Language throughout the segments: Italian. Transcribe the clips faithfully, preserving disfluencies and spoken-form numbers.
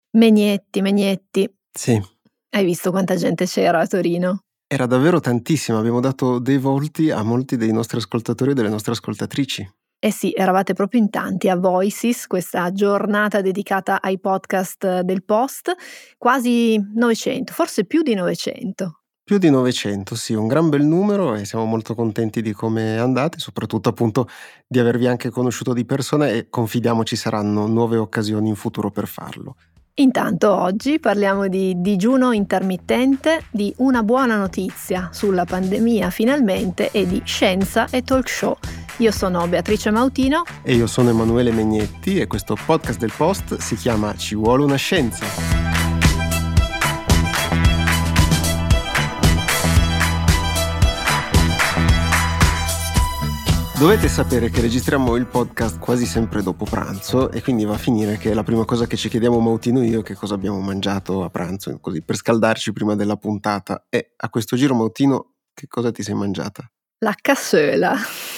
Megnetti, Megnetti. Sì. Hai visto quanta gente c'era a Torino? Era davvero tantissima, abbiamo dato dei volti a molti dei nostri ascoltatori e delle nostre ascoltatrici. Eh sì, eravate proprio in tanti a Voices, questa giornata dedicata ai podcast del Post, quasi novecento, forse più di novecento. Più di novecento, sì, un gran bel numero e siamo molto contenti di come è andata e soprattutto appunto di avervi anche conosciuto di persona e confidiamo ci saranno nuove occasioni in futuro per farlo. Intanto oggi parliamo di digiuno intermittente, di una buona notizia sulla pandemia finalmente e di scienza e talk show. Io sono Beatrice Mautino e io sono Emanuele Megnetti e questo podcast del Post si chiama Ci vuole una scienza. Dovete sapere che registriamo il podcast quasi sempre dopo pranzo e quindi va a finire che la prima cosa che ci chiediamo Mautino e io è che cosa abbiamo mangiato a pranzo, così per scaldarci prima della puntata. E a questo giro Mautino, che cosa ti sei mangiata? La cassola.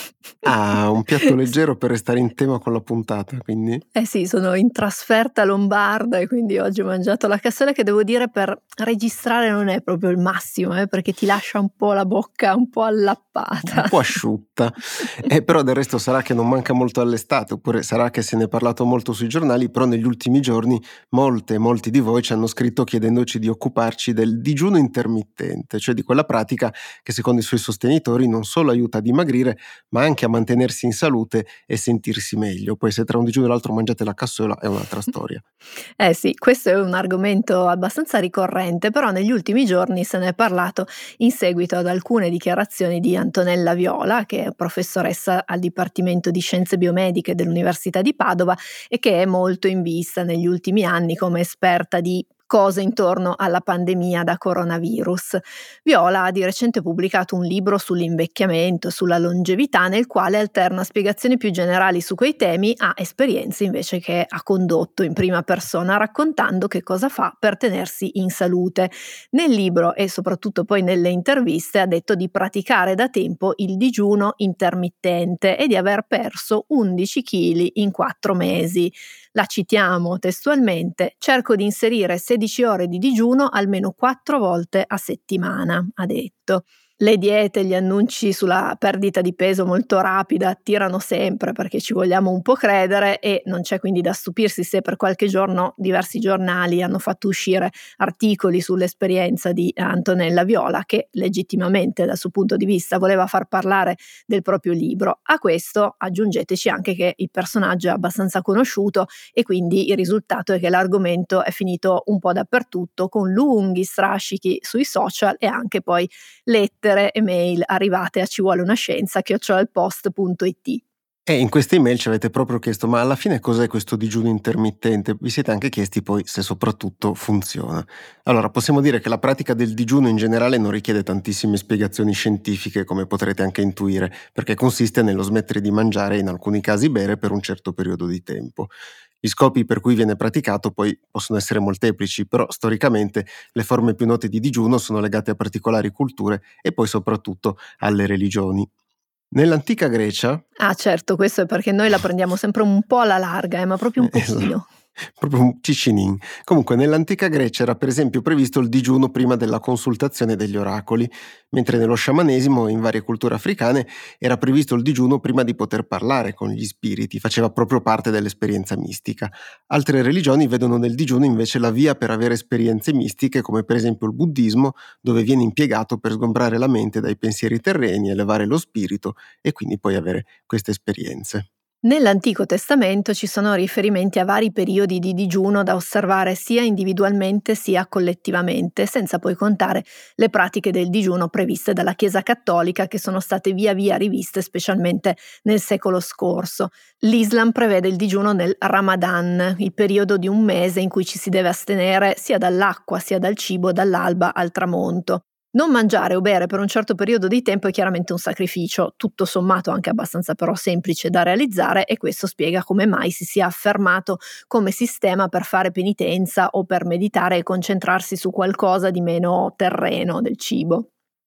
Ah, un piatto leggero per restare in tema con la puntata, quindi? Eh sì, sono in trasferta lombarda e quindi oggi ho mangiato la cassola che devo dire per registrare non è proprio il massimo, eh, perché ti lascia un po' la bocca un po' allappata. Un po' asciutta. Eh, però del resto sarà che non manca molto all'estate, oppure sarà che se ne è parlato molto sui giornali, però negli ultimi giorni molte, molti di voi ci hanno scritto chiedendoci di occuparci del digiuno intermittente, cioè di quella pratica che secondo i suoi sostenitori non solo aiuta a dimagrire, ma anche a mantenersi in salute e sentirsi meglio. Poi se tra un digiuno e l'altro mangiate la cassola è un'altra storia. Eh sì, questo è un argomento abbastanza ricorrente, però negli ultimi giorni se ne è parlato in seguito ad alcune dichiarazioni di Antonella Viola, che è professoressa al Dipartimento di Scienze Biomediche dell'Università di Padova e che è molto in vista negli ultimi anni come esperta di cose intorno alla pandemia da coronavirus. Viola ha di recente pubblicato un libro sull'invecchiamento, sulla longevità, nel quale alterna spiegazioni più generali su quei temi a esperienze invece che ha condotto in prima persona, raccontando che cosa fa per tenersi in salute. Nel libro e soprattutto poi nelle interviste ha detto di praticare da tempo il digiuno intermittente e di aver perso undici chili in quattro mesi. La citiamo testualmente: cerco di inserire sedici ore di digiuno almeno quattro volte a settimana, ha detto. Le diete e gli annunci sulla perdita di peso molto rapida attirano sempre perché ci vogliamo un po' credere e non c'è quindi da stupirsi se per qualche giorno diversi giornali hanno fatto uscire articoli sull'esperienza di Antonella Viola che legittimamente dal suo punto di vista voleva far parlare del proprio libro. A questo aggiungeteci anche che il personaggio è abbastanza conosciuto e quindi il risultato è che l'argomento è finito un po' dappertutto con lunghi strascichi sui social e anche poi lettere e mail arrivate a ci vuole una scienza chiocciola il post punto it. E in queste email ci avete proprio chiesto: ma alla fine cos'è questo digiuno intermittente? Vi siete anche chiesti poi se soprattutto funziona. Allora, possiamo dire che la pratica del digiuno in generale non richiede tantissime spiegazioni scientifiche, come potrete anche intuire, perché consiste nello smettere di mangiare e in alcuni casi bere per un certo periodo di tempo. Gli scopi per cui viene praticato poi possono essere molteplici, però storicamente le forme più note di digiuno sono legate a particolari culture e poi soprattutto alle religioni. Nell'antica Grecia... Ah certo, questo è perché noi la prendiamo sempre un po' alla larga, eh, ma proprio un pochino. Esatto. Proprio un cicinin. Comunque nell'antica Grecia era per esempio previsto il digiuno prima della consultazione degli oracoli, mentre nello sciamanesimo e in varie culture africane era previsto il digiuno prima di poter parlare con gli spiriti, faceva proprio parte dell'esperienza mistica. Altre religioni vedono nel digiuno invece la via per avere esperienze mistiche, come per esempio il buddismo, dove viene impiegato per sgombrare la mente dai pensieri terreni, elevare lo spirito e quindi poi avere queste esperienze. Nell'Antico Testamento ci sono riferimenti a vari periodi di digiuno da osservare sia individualmente sia collettivamente, senza poi contare le pratiche del digiuno previste dalla Chiesa Cattolica che sono state via via riviste specialmente nel secolo scorso. L'Islam prevede il digiuno nel Ramadan, il periodo di un mese in cui ci si deve astenere sia dall'acqua sia dal cibo dall'alba al tramonto. Non mangiare o bere per un certo periodo di tempo è chiaramente un sacrificio, tutto sommato anche abbastanza però semplice da realizzare, e questo spiega come mai si sia affermato come sistema per fare penitenza o per meditare e concentrarsi su qualcosa di meno terreno del cibo.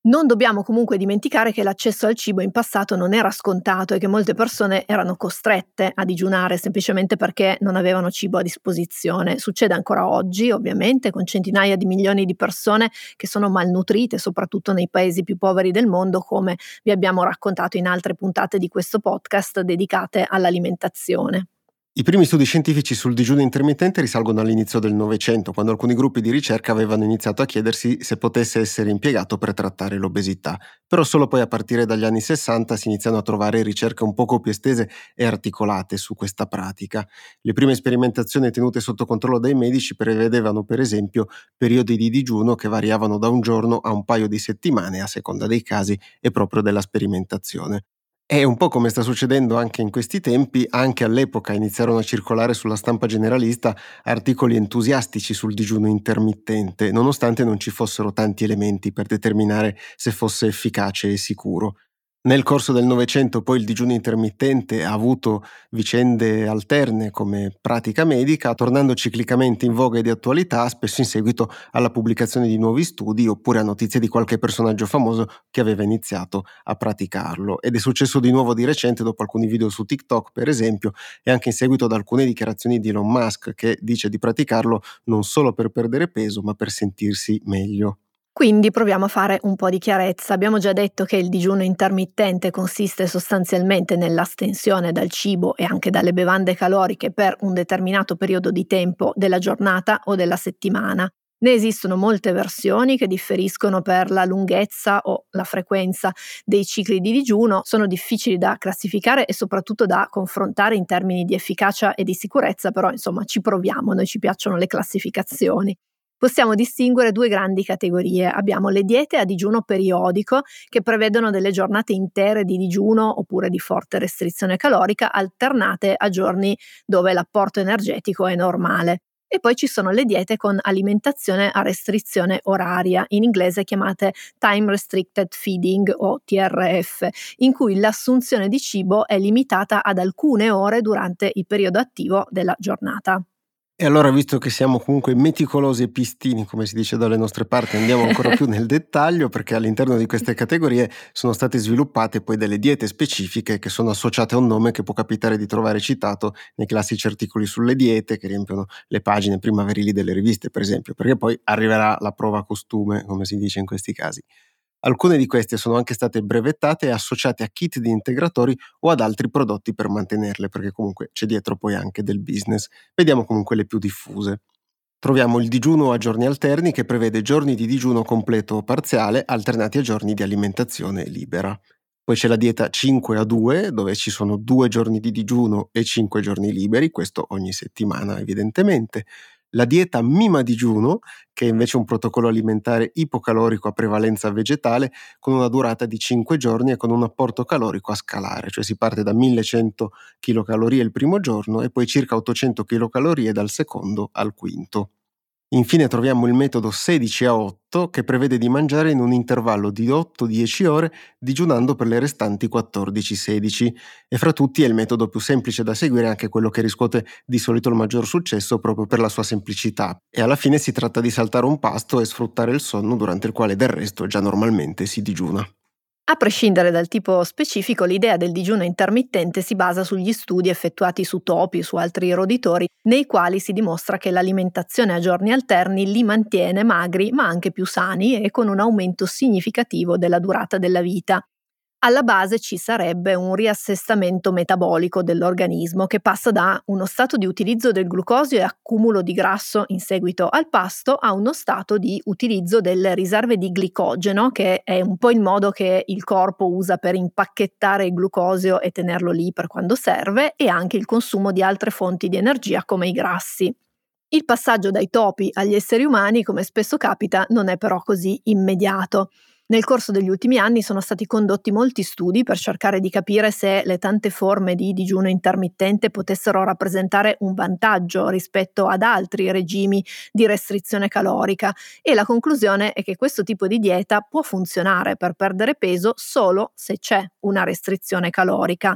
Non dobbiamo comunque dimenticare che l'accesso al cibo in passato non era scontato e che molte persone erano costrette a digiunare semplicemente perché non avevano cibo a disposizione. Succede ancora oggi, ovviamente, con centinaia di milioni di persone che sono malnutrite, soprattutto nei paesi più poveri del mondo, come vi abbiamo raccontato in altre puntate di questo podcast dedicate all'alimentazione. I primi studi scientifici sul digiuno intermittente risalgono all'inizio del Novecento, quando alcuni gruppi di ricerca avevano iniziato a chiedersi se potesse essere impiegato per trattare l'obesità. Però solo poi a partire dagli anni sessanta si iniziano a trovare ricerche un poco più estese e articolate su questa pratica. Le prime sperimentazioni tenute sotto controllo dai medici prevedevano per esempio periodi di digiuno che variavano da un giorno a un paio di settimane a seconda dei casi e proprio della sperimentazione. E un po' come sta succedendo anche in questi tempi, anche all'epoca iniziarono a circolare sulla stampa generalista articoli entusiastici sul digiuno intermittente, nonostante non ci fossero tanti elementi per determinare se fosse efficace e sicuro. Nel corso del Novecento poi il digiuno intermittente ha avuto vicende alterne come pratica medica, tornando ciclicamente in voga e di attualità, spesso in seguito alla pubblicazione di nuovi studi oppure a notizie di qualche personaggio famoso che aveva iniziato a praticarlo. Ed è successo di nuovo di recente dopo alcuni video su TikTok, per esempio, e anche in seguito ad alcune dichiarazioni di Elon Musk, che dice di praticarlo non solo per perdere peso, ma per sentirsi meglio. Quindi proviamo a fare un po' di chiarezza. Abbiamo già detto che il digiuno intermittente consiste sostanzialmente nell'astensione dal cibo e anche dalle bevande caloriche per un determinato periodo di tempo della giornata o della settimana. Ne esistono molte versioni che differiscono per la lunghezza o la frequenza dei cicli di digiuno, sono difficili da classificare e soprattutto da confrontare in termini di efficacia e di sicurezza, però insomma ci proviamo, noi ci piacciono le classificazioni. Possiamo distinguere due grandi categorie. Abbiamo le diete a digiuno periodico, che prevedono delle giornate intere di digiuno oppure di forte restrizione calorica, alternate a giorni dove l'apporto energetico è normale. E poi ci sono le diete con alimentazione a restrizione oraria, in inglese chiamate Time Restricted Feeding o T R F, in cui l'assunzione di cibo è limitata ad alcune ore durante il periodo attivo della giornata. E allora, visto che siamo comunque meticolosi e pistini, come si dice dalle nostre parti, andiamo ancora più nel dettaglio, perché all'interno di queste categorie sono state sviluppate poi delle diete specifiche che sono associate a un nome che può capitare di trovare citato nei classici articoli sulle diete che riempiono le pagine primaverili delle riviste, per esempio, perché poi arriverà la prova costume, come si dice in questi casi. Alcune di queste sono anche state brevettate e associate a kit di integratori o ad altri prodotti per mantenerle, perché comunque c'è dietro poi anche del business. Vediamo comunque le più diffuse. Troviamo il digiuno a giorni alterni, che prevede giorni di digiuno completo o parziale alternati a giorni di alimentazione libera. Poi c'è la dieta cinque a due, dove ci sono due giorni di digiuno e cinque giorni liberi, questo ogni settimana evidentemente. La dieta mima digiuno, che è invece un protocollo alimentare ipocalorico a prevalenza vegetale, con una durata di cinque giorni e con un apporto calorico a scalare, cioè si parte da millecento chilocalorie il primo giorno e poi circa ottocento chilocalorie dal secondo al quinto. Infine troviamo il metodo sedici a otto, che prevede di mangiare in un intervallo di otto dieci ore, digiunando per le restanti quattordici sedici, e fra tutti è il metodo più semplice da seguire, anche quello che riscuote di solito il maggior successo proprio per la sua semplicità, e alla fine si tratta di saltare un pasto e sfruttare il sonno, durante il quale del resto già normalmente si digiuna. A prescindere dal tipo specifico, l'idea del digiuno intermittente si basa sugli studi effettuati su topi e su altri roditori, nei quali si dimostra che l'alimentazione a giorni alterni li mantiene magri ma anche più sani e con un aumento significativo della durata della vita. Alla base ci sarebbe un riassestamento metabolico dell'organismo che passa da uno stato di utilizzo del glucosio e accumulo di grasso in seguito al pasto a uno stato di utilizzo delle riserve di glicogeno, che è un po' il modo che il corpo usa per impacchettare il glucosio e tenerlo lì per quando serve, e anche il consumo di altre fonti di energia come i grassi. Il passaggio dai topi agli esseri umani, come spesso capita, non è però così immediato. Nel corso degli ultimi anni sono stati condotti molti studi per cercare di capire se le tante forme di digiuno intermittente potessero rappresentare un vantaggio rispetto ad altri regimi di restrizione calorica, e la conclusione è che questo tipo di dieta può funzionare per perdere peso solo se c'è una restrizione calorica.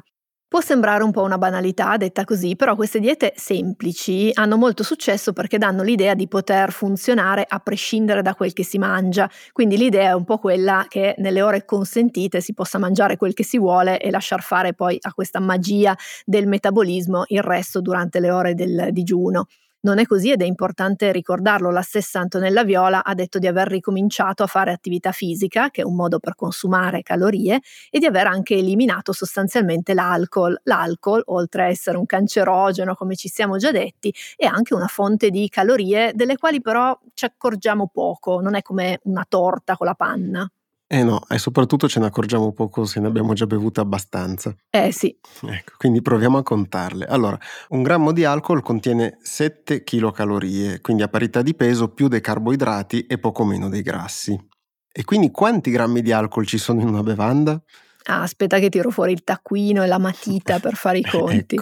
Può sembrare un po' una banalità detta così, però queste diete semplici hanno molto successo perché danno l'idea di poter funzionare a prescindere da quel che si mangia. Quindi l'idea è un po' quella che nelle ore consentite si possa mangiare quel che si vuole e lasciar fare poi a questa magia del metabolismo il resto durante le ore del digiuno. Non è così ed è importante ricordarlo. La stessa Antonella Viola ha detto di aver ricominciato a fare attività fisica, che è un modo per consumare calorie, e di aver anche eliminato sostanzialmente l'alcol. L'alcol, oltre a essere un cancerogeno, come ci siamo già detti, è anche una fonte di calorie delle quali però ci accorgiamo poco, non è come una torta con la panna. Eh no, e soprattutto ce ne accorgiamo poco se ne abbiamo già bevuta abbastanza. Eh sì. Ecco, quindi proviamo a contarle. Allora, un grammo di alcol contiene sette chilocalorie, quindi a parità di peso più dei carboidrati e poco meno dei grassi. E quindi quanti grammi di alcol ci sono in una bevanda? Ah, aspetta che tiro fuori il taccuino e la matita per fare i conti. Ecco.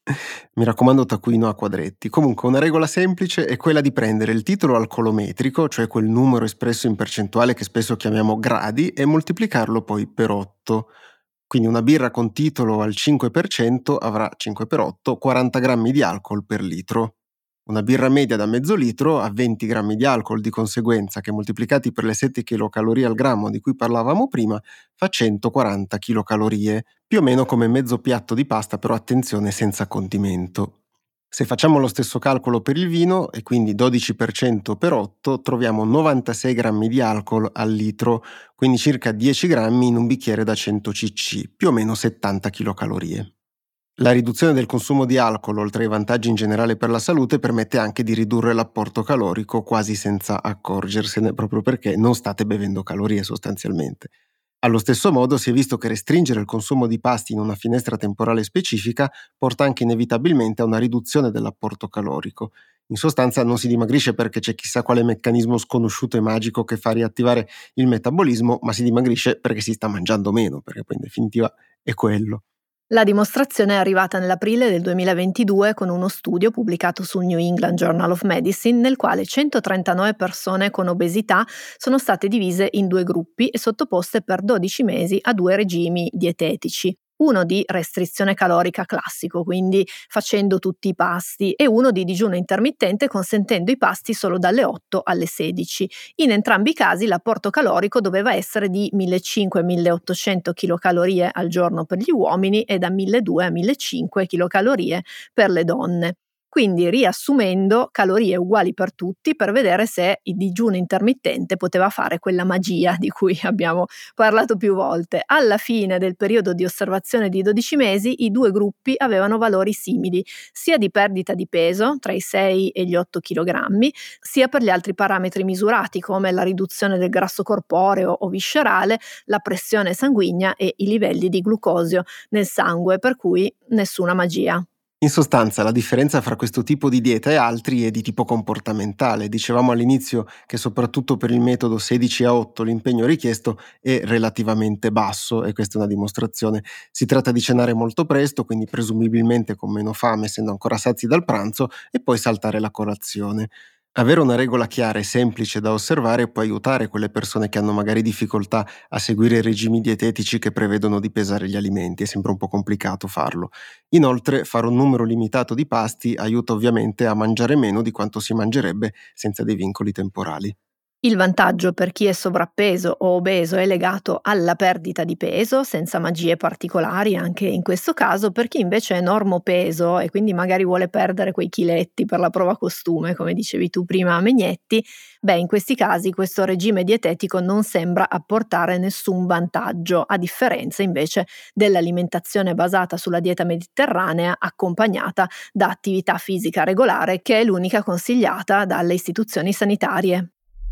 Mi raccomando, taccuino a quadretti. Comunque una regola semplice è quella di prendere il titolo alcolometrico, cioè quel numero espresso in percentuale che spesso chiamiamo gradi, e moltiplicarlo poi per otto. Quindi una birra con titolo al cinque per cento avrà cinque per otto, quaranta grammi di alcol per litro. Una birra media da mezzo litro ha venti grammi di alcol, di conseguenza che moltiplicati per le sette chilocalorie al grammo di cui parlavamo prima fa centoquaranta chilocalorie, più o meno come mezzo piatto di pasta, però attenzione, senza condimento. Se facciamo lo stesso calcolo per il vino, e quindi dodici per cento per otto, troviamo novantasei grammi di alcol al litro, quindi circa dieci grammi in un bicchiere da cento centilitri, più o meno settanta chilocalorie. La riduzione del consumo di alcol, oltre ai vantaggi in generale per la salute, permette anche di ridurre l'apporto calorico quasi senza accorgersene, proprio perché non state bevendo calorie sostanzialmente. Allo stesso modo si è visto che restringere il consumo di pasti in una finestra temporale specifica porta anche inevitabilmente a una riduzione dell'apporto calorico. In sostanza non si dimagrisce perché c'è chissà quale meccanismo sconosciuto e magico che fa riattivare il metabolismo, ma si dimagrisce perché si sta mangiando meno, perché poi in definitiva è quello. La dimostrazione è arrivata nell'aprile del duemilaventidue con uno studio pubblicato sul New England Journal of Medicine, nel quale centotrentanove persone con obesità sono state divise in due gruppi e sottoposte per dodici mesi a due regimi dietetici. Uno di restrizione calorica classico, quindi facendo tutti i pasti, e uno di digiuno intermittente consentendo i pasti solo dalle otto alle sedici. In entrambi i casi l'apporto calorico doveva essere di millecinquecento-milleottocento chilocalorie al giorno per gli uomini e da milleduecento a millecinquecento chilocalorie per le donne. Quindi, riassumendo, calorie uguali per tutti per vedere se il digiuno intermittente poteva fare quella magia di cui abbiamo parlato più volte. Alla fine del periodo di osservazione di dodici mesi, i due gruppi avevano valori simili, sia di perdita di peso, tra i sei e gli otto chilogrammi, sia per gli altri parametri misurati, come la riduzione del grasso corporeo o viscerale, la pressione sanguigna e i livelli di glucosio nel sangue, per cui nessuna magia. In sostanza, la differenza fra questo tipo di dieta e altri è di tipo comportamentale. Dicevamo all'inizio che soprattutto per il metodo sedici a otto l'impegno richiesto è relativamente basso, e questa è una dimostrazione. Si tratta di cenare molto presto, quindi presumibilmente con meno fame, essendo ancora sazi dal pranzo, e poi saltare la colazione. Avere una regola chiara e semplice da osservare può aiutare quelle persone che hanno magari difficoltà a seguire regimi dietetici che prevedono di pesare gli alimenti. È sempre un po' complicato farlo. Inoltre, fare un numero limitato di pasti aiuta ovviamente a mangiare meno di quanto si mangerebbe senza dei vincoli temporali. Il vantaggio per chi è sovrappeso o obeso è legato alla perdita di peso, senza magie particolari anche in questo caso. Per chi invece è normopeso e quindi magari vuole perdere quei chiletti per la prova costume, come dicevi tu prima, Megnetti, beh, in questi casi questo regime dietetico non sembra apportare nessun vantaggio, a differenza invece dell'alimentazione basata sulla dieta mediterranea accompagnata da attività fisica regolare, che è l'unica consigliata dalle istituzioni sanitarie.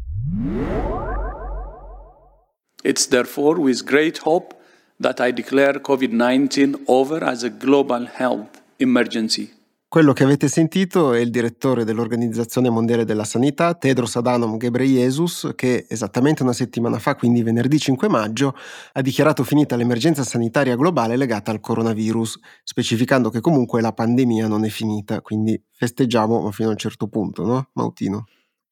It's therefore with great hope that I declare covid nineteen over as a global health emergency. Quello che avete sentito è il direttore dell'Organizzazione Mondiale della Sanità, Tedros Adhanom Ghebreyesus, che esattamente una settimana fa, quindi venerdì cinque maggio, ha dichiarato finita l'emergenza sanitaria globale legata al coronavirus, specificando che comunque la pandemia non è finita, quindi festeggiamo ma fino a un certo punto, no, Mautino?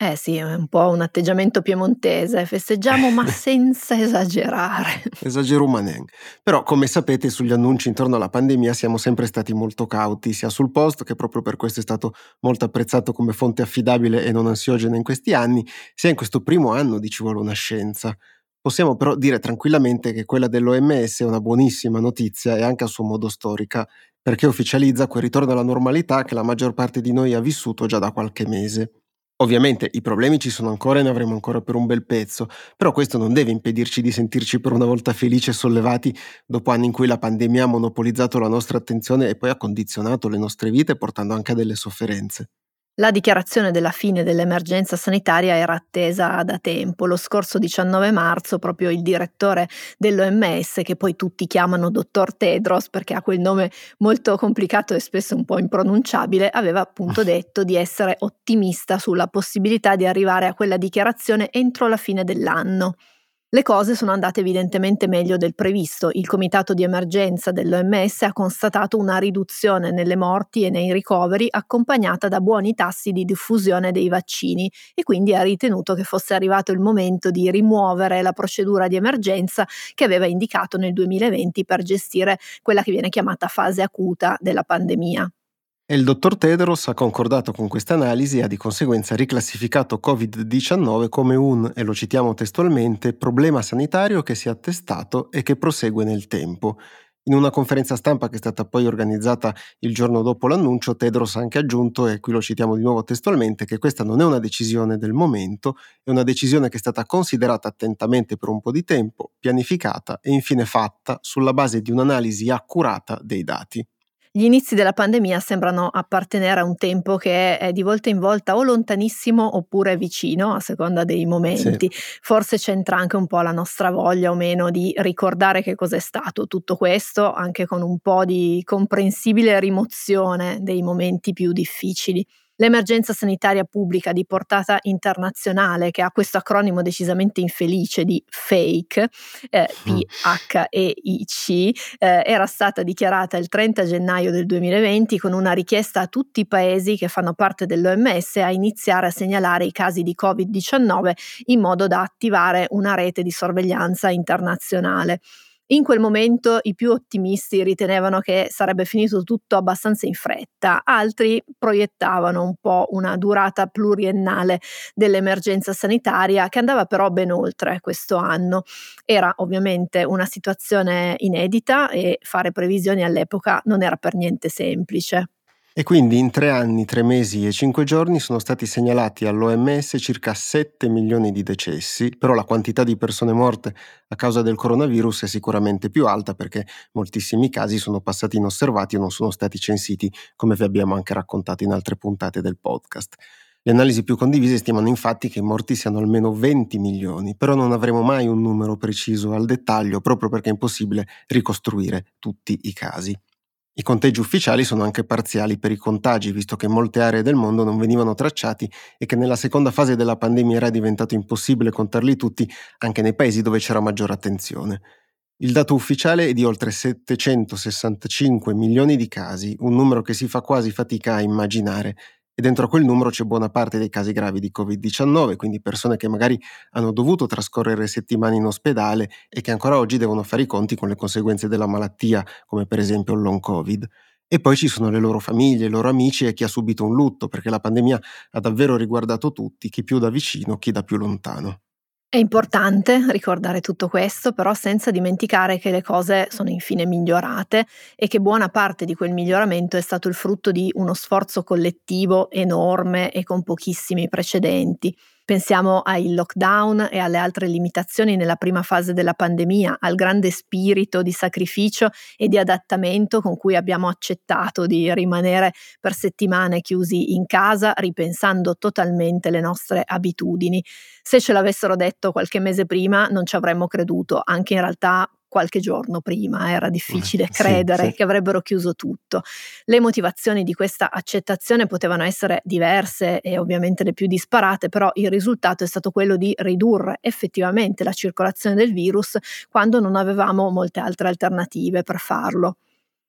Eh sì, è un po' un atteggiamento piemontese, festeggiamo ma senza esagerare. Esagero manen. Però, come sapete, sugli annunci intorno alla pandemia siamo sempre stati molto cauti, sia sul post, che proprio per questo è stato molto apprezzato come fonte affidabile e non ansiogena in questi anni, sia in questo primo anno di Ci vuole una scienza. Possiamo però dire tranquillamente che quella dell'O M S è una buonissima notizia e anche a suo modo storica, perché ufficializza quel ritorno alla normalità che la maggior parte di noi ha vissuto già da qualche mese. Ovviamente i problemi ci sono ancora e ne avremo ancora per un bel pezzo, però questo non deve impedirci di sentirci per una volta felici e sollevati dopo anni in cui la pandemia ha monopolizzato la nostra attenzione e poi ha condizionato le nostre vite portando anche a delle sofferenze. La dichiarazione della fine dell'emergenza sanitaria era attesa da tempo. Lo scorso diciannove marzo proprio il direttore dell'O M S, che poi tutti chiamano dottor Tedros perché ha quel nome molto complicato e spesso un po' impronunciabile, aveva appunto detto di essere ottimista sulla possibilità di arrivare a quella dichiarazione entro la fine dell'anno. Le cose sono andate evidentemente meglio del previsto. Il comitato di emergenza dell'O M S ha constatato una riduzione nelle morti e nei ricoveri accompagnata da buoni tassi di diffusione dei vaccini e quindi ha ritenuto che fosse arrivato il momento di rimuovere la procedura di emergenza che aveva indicato nel duemilaventi per gestire quella che viene chiamata fase acuta della pandemia. E il dottor Tedros ha concordato con questa analisi e ha di conseguenza riclassificato covid diciannove come un, e lo citiamo testualmente, problema sanitario che si è attestato e che prosegue nel tempo. In una conferenza stampa che è stata poi organizzata il giorno dopo l'annuncio, Tedros ha anche aggiunto, e qui lo citiamo di nuovo testualmente, che questa non è una decisione del momento, è una decisione che è stata considerata attentamente per un po' di tempo, pianificata e infine fatta sulla base di un'analisi accurata dei dati. Gli inizi della pandemia sembrano appartenere a un tempo che è di volta in volta o lontanissimo oppure vicino, a seconda dei Sì. momenti. Forse c'entra anche un po' la nostra voglia o meno di ricordare che cos'è stato tutto questo, anche con un po' di comprensibile rimozione dei momenti più difficili. L'emergenza sanitaria pubblica di portata internazionale, che ha questo acronimo decisamente infelice di FAKE, eh, P H E I C, eh, era stata dichiarata il trenta gennaio del duemilaventi con una richiesta a tutti i paesi che fanno parte dell'O M S a iniziare a segnalare i casi di covid diciannove in modo da attivare una rete di sorveglianza internazionale. In quel momento i più ottimisti ritenevano che sarebbe finito tutto abbastanza in fretta, altri proiettavano un po' una durata pluriennale dell'emergenza sanitaria che andava però ben oltre questo anno. Era ovviamente una situazione inedita e fare previsioni all'epoca non era per niente semplice. E quindi in tre anni, tre mesi e cinque giorni sono stati segnalati all'O M S circa sette milioni di decessi, però la quantità di persone morte a causa del coronavirus è sicuramente più alta perché moltissimi casi sono passati inosservati o non sono stati censiti, come vi abbiamo anche raccontato in altre puntate del podcast. Le analisi più condivise stimano infatti che i morti siano almeno venti milioni, però non avremo mai un numero preciso al dettaglio proprio perché è impossibile ricostruire tutti i casi. I conteggi ufficiali sono anche parziali per i contagi, visto che molte aree del mondo non venivano tracciati e che nella seconda fase della pandemia era diventato impossibile contarli tutti anche nei paesi dove c'era maggiore attenzione. Il dato ufficiale è di oltre settecentosessantacinque milioni di casi, un numero che si fa quasi fatica a immaginare, e dentro a quel numero c'è buona parte dei casi gravi di covid diciannove, quindi persone che magari hanno dovuto trascorrere settimane in ospedale e che ancora oggi devono fare i conti con le conseguenze della malattia, come per esempio il long covid. E poi ci sono le loro famiglie, i loro amici e chi ha subito un lutto, perché la pandemia ha davvero riguardato tutti, chi più da vicino, chi da più lontano. È importante ricordare tutto questo, però senza dimenticare che le cose sono infine migliorate e che buona parte di quel miglioramento è stato il frutto di uno sforzo collettivo enorme e con pochissimi precedenti. Pensiamo ai lockdown e alle altre limitazioni nella prima fase della pandemia, al grande spirito di sacrificio e di adattamento con cui abbiamo accettato di rimanere per settimane chiusi in casa, ripensando totalmente le nostre abitudini. Se ce l'avessero detto qualche mese prima non ci avremmo creduto, anche in realtà qualche giorno prima era difficile Sì, credere sì. che avrebbero chiuso tutto. Le motivazioni di questa accettazione potevano essere diverse e ovviamente le più disparate, però il risultato è stato quello di ridurre effettivamente la circolazione del virus quando non avevamo molte altre alternative per farlo.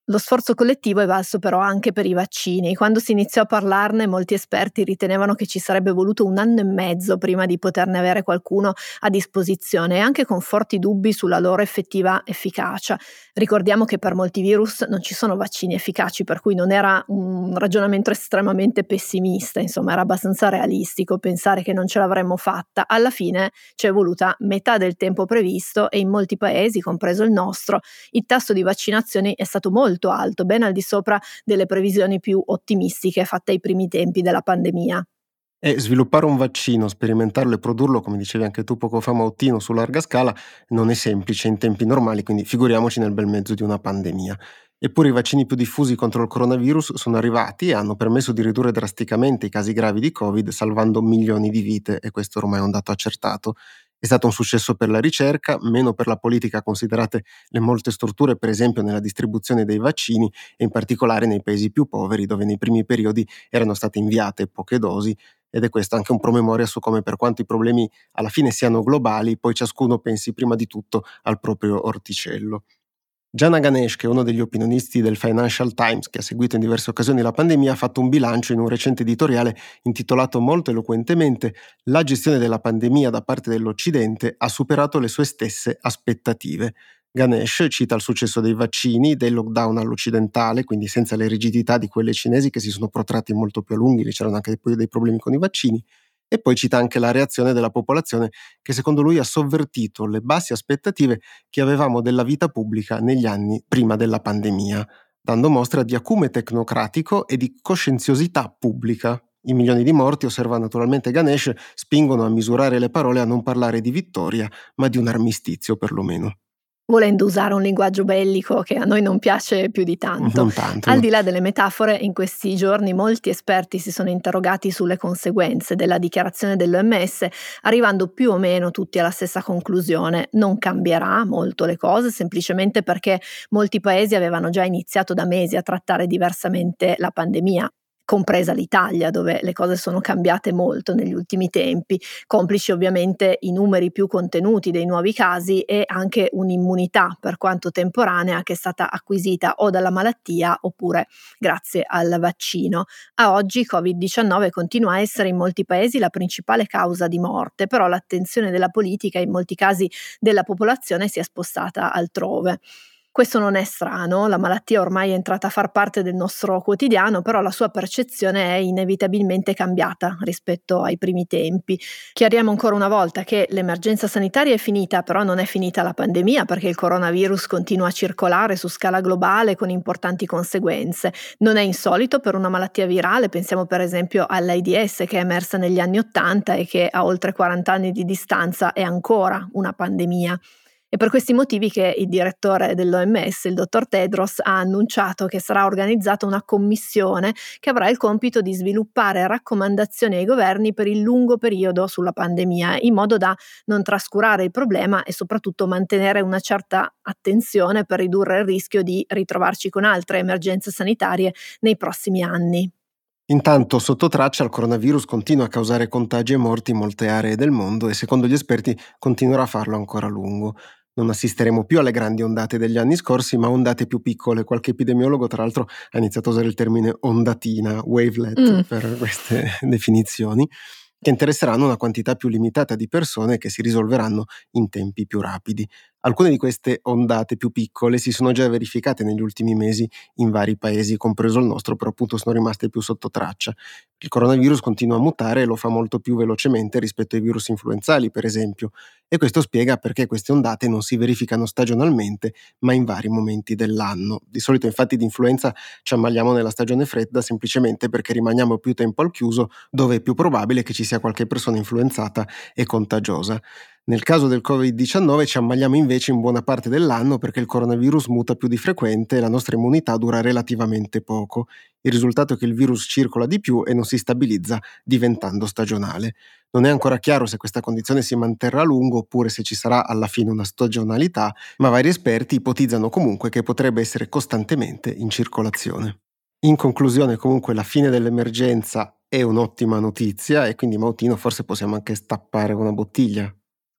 Lo sforzo collettivo è valso però anche per i vaccini. Quando si iniziò a parlarne, molti esperti ritenevano che ci sarebbe voluto un anno e mezzo prima di poterne avere qualcuno a disposizione, e anche con forti dubbi sulla loro effettiva efficacia. Ricordiamo che per molti virus non ci sono vaccini efficaci, per cui non era un ragionamento estremamente pessimista, insomma era abbastanza realistico pensare che non ce l'avremmo fatta. Alla fine ci è voluta metà del tempo previsto e in molti paesi, compreso il nostro, il tasso di vaccinazioni è stato molto alto, ben al di sopra delle previsioni più ottimistiche fatte ai primi tempi della pandemia. E sviluppare un vaccino, sperimentarlo e produrlo, come dicevi anche tu poco fa Mautino, su larga scala, non è semplice in tempi normali, quindi figuriamoci nel bel mezzo di una pandemia. Eppure i vaccini più diffusi contro il coronavirus sono arrivati e hanno permesso di ridurre drasticamente i casi gravi di Covid, salvando milioni di vite, e questo ormai è un dato accertato. È stato un successo per la ricerca, meno per la politica, considerate le molte storture, per esempio nella distribuzione dei vaccini e in particolare nei paesi più poveri, dove nei primi periodi erano state inviate poche dosi. Ed è questo anche un promemoria su come, per quanto i problemi alla fine siano globali, poi ciascuno pensi prima di tutto al proprio orticello. Jana Ganesh, che è uno degli opinionisti del Financial Times, che ha seguito in diverse occasioni la pandemia, ha fatto un bilancio in un recente editoriale intitolato molto eloquentemente «La gestione della pandemia da parte dell'Occidente ha superato le sue stesse aspettative». Ganesh cita il successo dei vaccini, del lockdown all'occidentale, quindi senza le rigidità di quelle cinesi che si sono protratti molto più a lunghi, c'erano anche poi dei problemi con i vaccini, e poi cita anche la reazione della popolazione che secondo lui ha sovvertito le basse aspettative che avevamo della vita pubblica negli anni prima della pandemia, dando mostra di acume tecnocratico e di coscienziosità pubblica. I milioni di morti, osserva naturalmente Ganesh, spingono a misurare le parole, a non parlare di vittoria, ma di un armistizio perlomeno. Volendo usare un linguaggio bellico che a noi non piace più di tanto. Non tanto. Al di là delle metafore, in questi giorni molti esperti si sono interrogati sulle conseguenze della dichiarazione dell'O M S, arrivando più o meno tutti alla stessa conclusione: non cambierà molto le cose, semplicemente perché molti paesi avevano già iniziato da mesi a trattare diversamente la pandemia, compresa l'Italia, dove le cose sono cambiate molto negli ultimi tempi, complici ovviamente i numeri più contenuti dei nuovi casi e anche un'immunità, per quanto temporanea, che è stata acquisita o dalla malattia oppure grazie al vaccino. A oggi covid diciannove continua a essere in molti paesi la principale causa di morte, però l'attenzione della politica e in molti casi della popolazione si è spostata altrove. Questo non è strano, la malattia ormai è entrata a far parte del nostro quotidiano, però la sua percezione è inevitabilmente cambiata rispetto ai primi tempi. Chiariamo ancora una volta che l'emergenza sanitaria è finita, però non è finita la pandemia, perché il coronavirus continua a circolare su scala globale con importanti conseguenze. Non è insolito per una malattia virale, pensiamo per esempio all'AIDS, che è emersa negli anni Ottanta e che a oltre quaranta anni di distanza è ancora una pandemia. È per questi motivi che il direttore dell'O M S, il dottor Tedros, ha annunciato che sarà organizzata una commissione che avrà il compito di sviluppare raccomandazioni ai governi per il lungo periodo sulla pandemia, in modo da non trascurare il problema e soprattutto mantenere una certa attenzione per ridurre il rischio di ritrovarci con altre emergenze sanitarie nei prossimi anni. Intanto, sotto traccia, il coronavirus continua a causare contagi e morti in molte aree del mondo e, secondo gli esperti, continuerà a farlo ancora a lungo. Non assisteremo più alle grandi ondate degli anni scorsi, ma ondate più piccole. Qualche epidemiologo, tra l'altro, ha iniziato a usare il termine ondatina, wavelet, mm. per queste definizioni, che interesseranno una quantità più limitata di persone che si risolveranno in tempi più rapidi. Alcune di queste ondate più piccole si sono già verificate negli ultimi mesi in vari paesi, compreso il nostro, però appunto sono rimaste più sotto traccia. Il coronavirus continua a mutare e lo fa molto più velocemente rispetto ai virus influenzali, per esempio, e questo spiega perché queste ondate non si verificano stagionalmente, ma in vari momenti dell'anno. Di solito, infatti, di influenza ci ammaliamo nella stagione fredda semplicemente perché rimaniamo più tempo al chiuso, dove è più probabile che ci sia qualche persona influenzata e contagiosa. Nel caso del covid diciannove ci ammaliamo invece in buona parte dell'anno perché il coronavirus muta più di frequente e la nostra immunità dura relativamente poco. Il risultato è che il virus circola di più e non si stabilizza, diventando stagionale. Non è ancora chiaro se questa condizione si manterrà a lungo oppure se ci sarà alla fine una stagionalità, ma vari esperti ipotizzano comunque che potrebbe essere costantemente in circolazione. In conclusione, comunque, la fine dell'emergenza è un'ottima notizia e quindi, Mautino, forse possiamo anche stappare una bottiglia.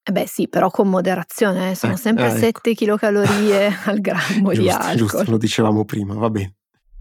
Eh beh sì, però con moderazione, eh, sono Eh, sempre ah, ecco. sette chilocalorie al grammo di Giusto, giusto, alcol. lo dicevamo prima, va bene.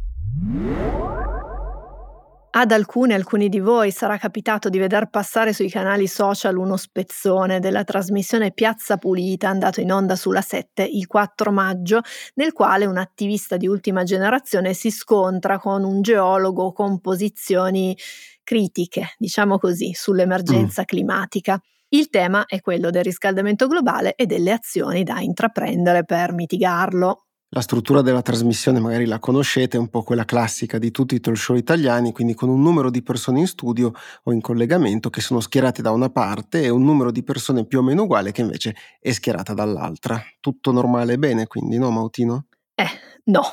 Ad alcune, alcuni di voi sarà capitato di veder passare sui canali social uno spezzone della trasmissione Piazza Pulita, andato in onda sulla sette il quattro maggio, nel quale un attivista di ultima generazione si scontra con un geologo con posizioni critiche, diciamo così, Mh. sull'emergenza climatica. Il tema è quello del riscaldamento globale e delle azioni da intraprendere per mitigarlo. La struttura della trasmissione magari la conoscete, è un po' quella classica di tutti i talk show italiani, quindi con un numero di persone in studio o in collegamento che sono schierate da una parte e un numero di persone più o meno uguale che invece è schierata dall'altra. Tutto normale e bene quindi, no Mautino? Eh, no.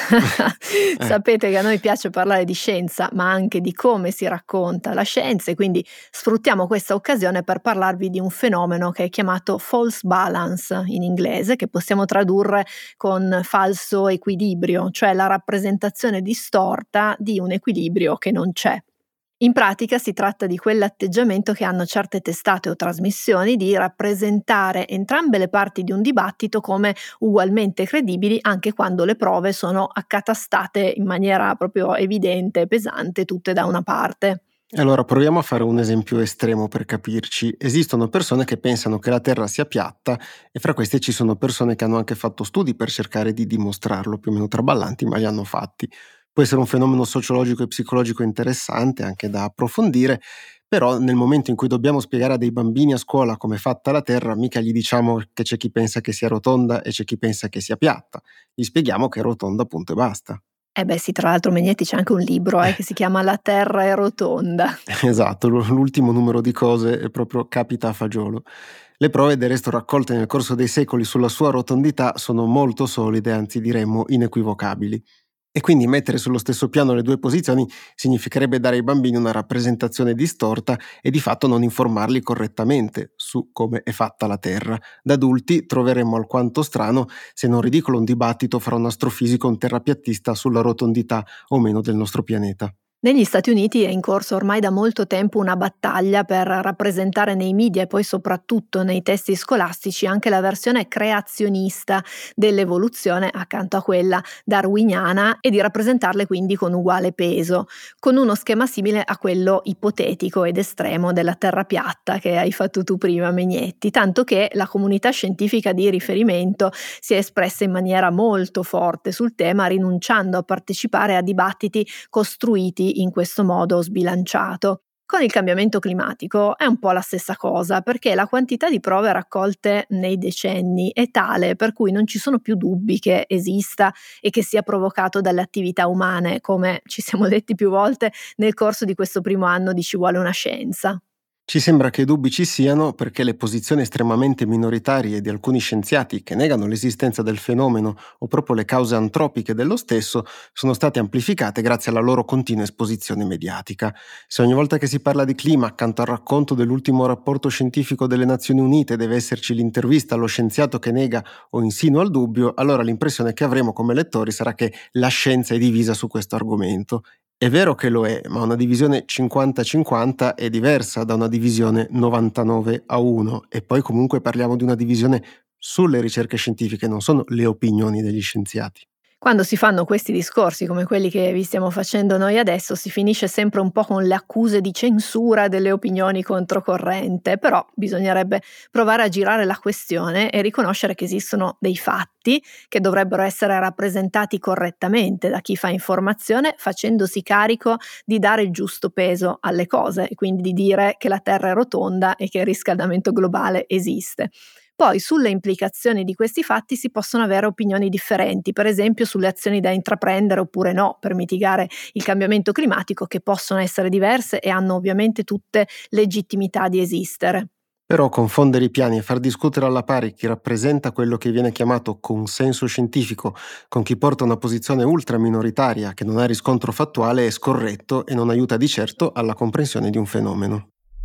Eh. Sapete che a noi piace parlare di scienza, ma anche di come si racconta la scienza, e quindi sfruttiamo questa occasione per parlarvi di un fenomeno che è chiamato false balance in inglese, che possiamo tradurre con falso equilibrio, cioè la rappresentazione distorta di un equilibrio che non c'è. In pratica si tratta di quell'atteggiamento che hanno certe testate o trasmissioni di rappresentare entrambe le parti di un dibattito come ugualmente credibili, anche quando le prove sono accatastate in maniera proprio evidente e pesante tutte da una parte. Allora proviamo a fare un esempio estremo per capirci. Esistono persone che pensano che la Terra sia piatta e fra queste ci sono persone che hanno anche fatto studi per cercare di dimostrarlo, più o meno traballanti, ma li hanno fatti. Può essere un fenomeno sociologico e psicologico interessante, anche da approfondire, però nel momento in cui dobbiamo spiegare a dei bambini a scuola come è fatta la Terra, mica gli diciamo che c'è chi pensa che sia rotonda e c'è chi pensa che sia piatta. Gli spieghiamo che è rotonda, punto e basta. Eh beh sì, tra l'altro Megnetti c'è anche un libro eh, che si chiama La Terra è rotonda. Esatto, l- l'ultimo numero di cose è proprio capita a fagiolo. Le prove del resto raccolte nel corso dei secoli sulla sua rotondità sono molto solide, anzi diremmo inequivocabili. E quindi mettere sullo stesso piano le due posizioni significherebbe dare ai bambini una rappresentazione distorta e di fatto non informarli correttamente su come è fatta la Terra. Da adulti troveremmo alquanto strano, se non ridicolo, un dibattito fra un astrofisico e un terrapiattista sulla rotondità o meno del nostro pianeta. Negli Stati Uniti è in corso ormai da molto tempo una battaglia per rappresentare nei media e poi soprattutto nei testi scolastici anche la versione creazionista dell'evoluzione accanto a quella darwiniana e di rappresentarle quindi con uguale peso, con uno schema simile a quello ipotetico ed estremo della terra piatta che hai fatto tu prima, Megnetti, tanto che la comunità scientifica di riferimento si è espressa in maniera molto forte sul tema, rinunciando a partecipare a dibattiti costruiti in questo modo sbilanciato. Con il cambiamento climatico è un po' la stessa cosa, perché la quantità di prove raccolte nei decenni è tale per cui non ci sono più dubbi che esista e che sia provocato dalle attività umane, come ci siamo detti più volte nel corso di questo primo anno di Ci vuole una scienza. Ci sembra che i dubbi ci siano perché le posizioni estremamente minoritarie di alcuni scienziati che negano l'esistenza del fenomeno o proprio le cause antropiche dello stesso sono state amplificate grazie alla loro continua esposizione mediatica. Se ogni volta che si parla di clima, accanto al racconto dell'ultimo rapporto scientifico delle Nazioni Unite, deve esserci l'intervista allo scienziato che nega o insinua il dubbio, allora l'impressione che avremo come lettori sarà che la scienza è divisa su questo argomento. È vero che lo è, ma una divisione cinquanta cinquanta è diversa da una divisione novantanove a uno e poi comunque parliamo di una divisione sulle ricerche scientifiche, non sono le opinioni degli scienziati. Quando si fanno questi discorsi come quelli che vi stiamo facendo noi adesso, si finisce sempre un po' con le accuse di censura delle opinioni controcorrente, però bisognerebbe provare a girare la questione e riconoscere che esistono dei fatti che dovrebbero essere rappresentati correttamente da chi fa informazione, facendosi carico di dare il giusto peso alle cose e quindi di dire che la Terra è rotonda e che il riscaldamento globale esiste. Poi sulle implicazioni di questi fatti si possono avere opinioni differenti, per esempio sulle azioni da intraprendere oppure no per mitigare il cambiamento climatico, che possono essere diverse e hanno ovviamente tutte legittimità di esistere. Però confondere i piani e far discutere alla pari chi rappresenta quello che viene chiamato consenso scientifico con chi porta una posizione ultra minoritaria che non ha riscontro fattuale è scorretto e non aiuta di certo alla comprensione di un fenomeno.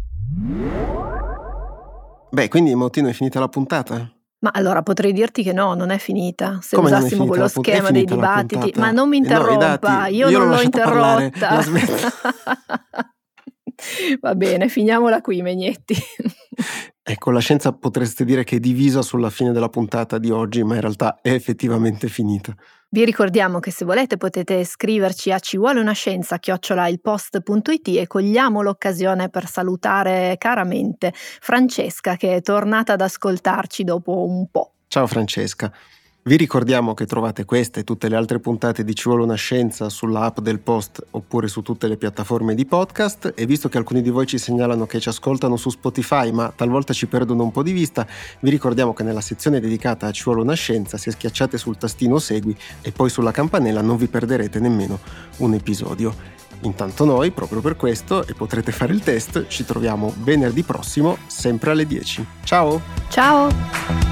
Beh, quindi Mautino è finita la puntata? Ma allora potrei dirti che no, non è finita. Se Come non è usassimo finita quello la puntata? È schema dei finita la dibattiti, puntata? ma non mi Eh no, i interrompa, dati- io, io non l'ho l'ho lasciata parlare, interrotta. la smetto. Va bene, finiamola qui, Megnetti. Ecco, la scienza potreste dire che è divisa sulla fine della puntata di oggi, ma in realtà è effettivamente finita. Vi ricordiamo che se volete potete scriverci a ci vuole una scienza chiocciola ilpost punto it e cogliamo l'occasione per salutare caramente Francesca, che è tornata ad ascoltarci dopo un po'. Ciao Francesca. Vi ricordiamo che trovate queste e tutte le altre puntate di Ci vuole una scienza sulla app del Post oppure su tutte le piattaforme di podcast, e visto che alcuni di voi ci segnalano che ci ascoltano su Spotify ma talvolta ci perdono un po' di vista, vi ricordiamo che nella sezione dedicata a Ci vuole una scienza, se schiacciate sul tastino segui e poi sulla campanella, non vi perderete nemmeno un episodio. Intanto noi, proprio per questo, e potrete fare il test, ci troviamo venerdì prossimo sempre alle dieci. Ciao! Ciao!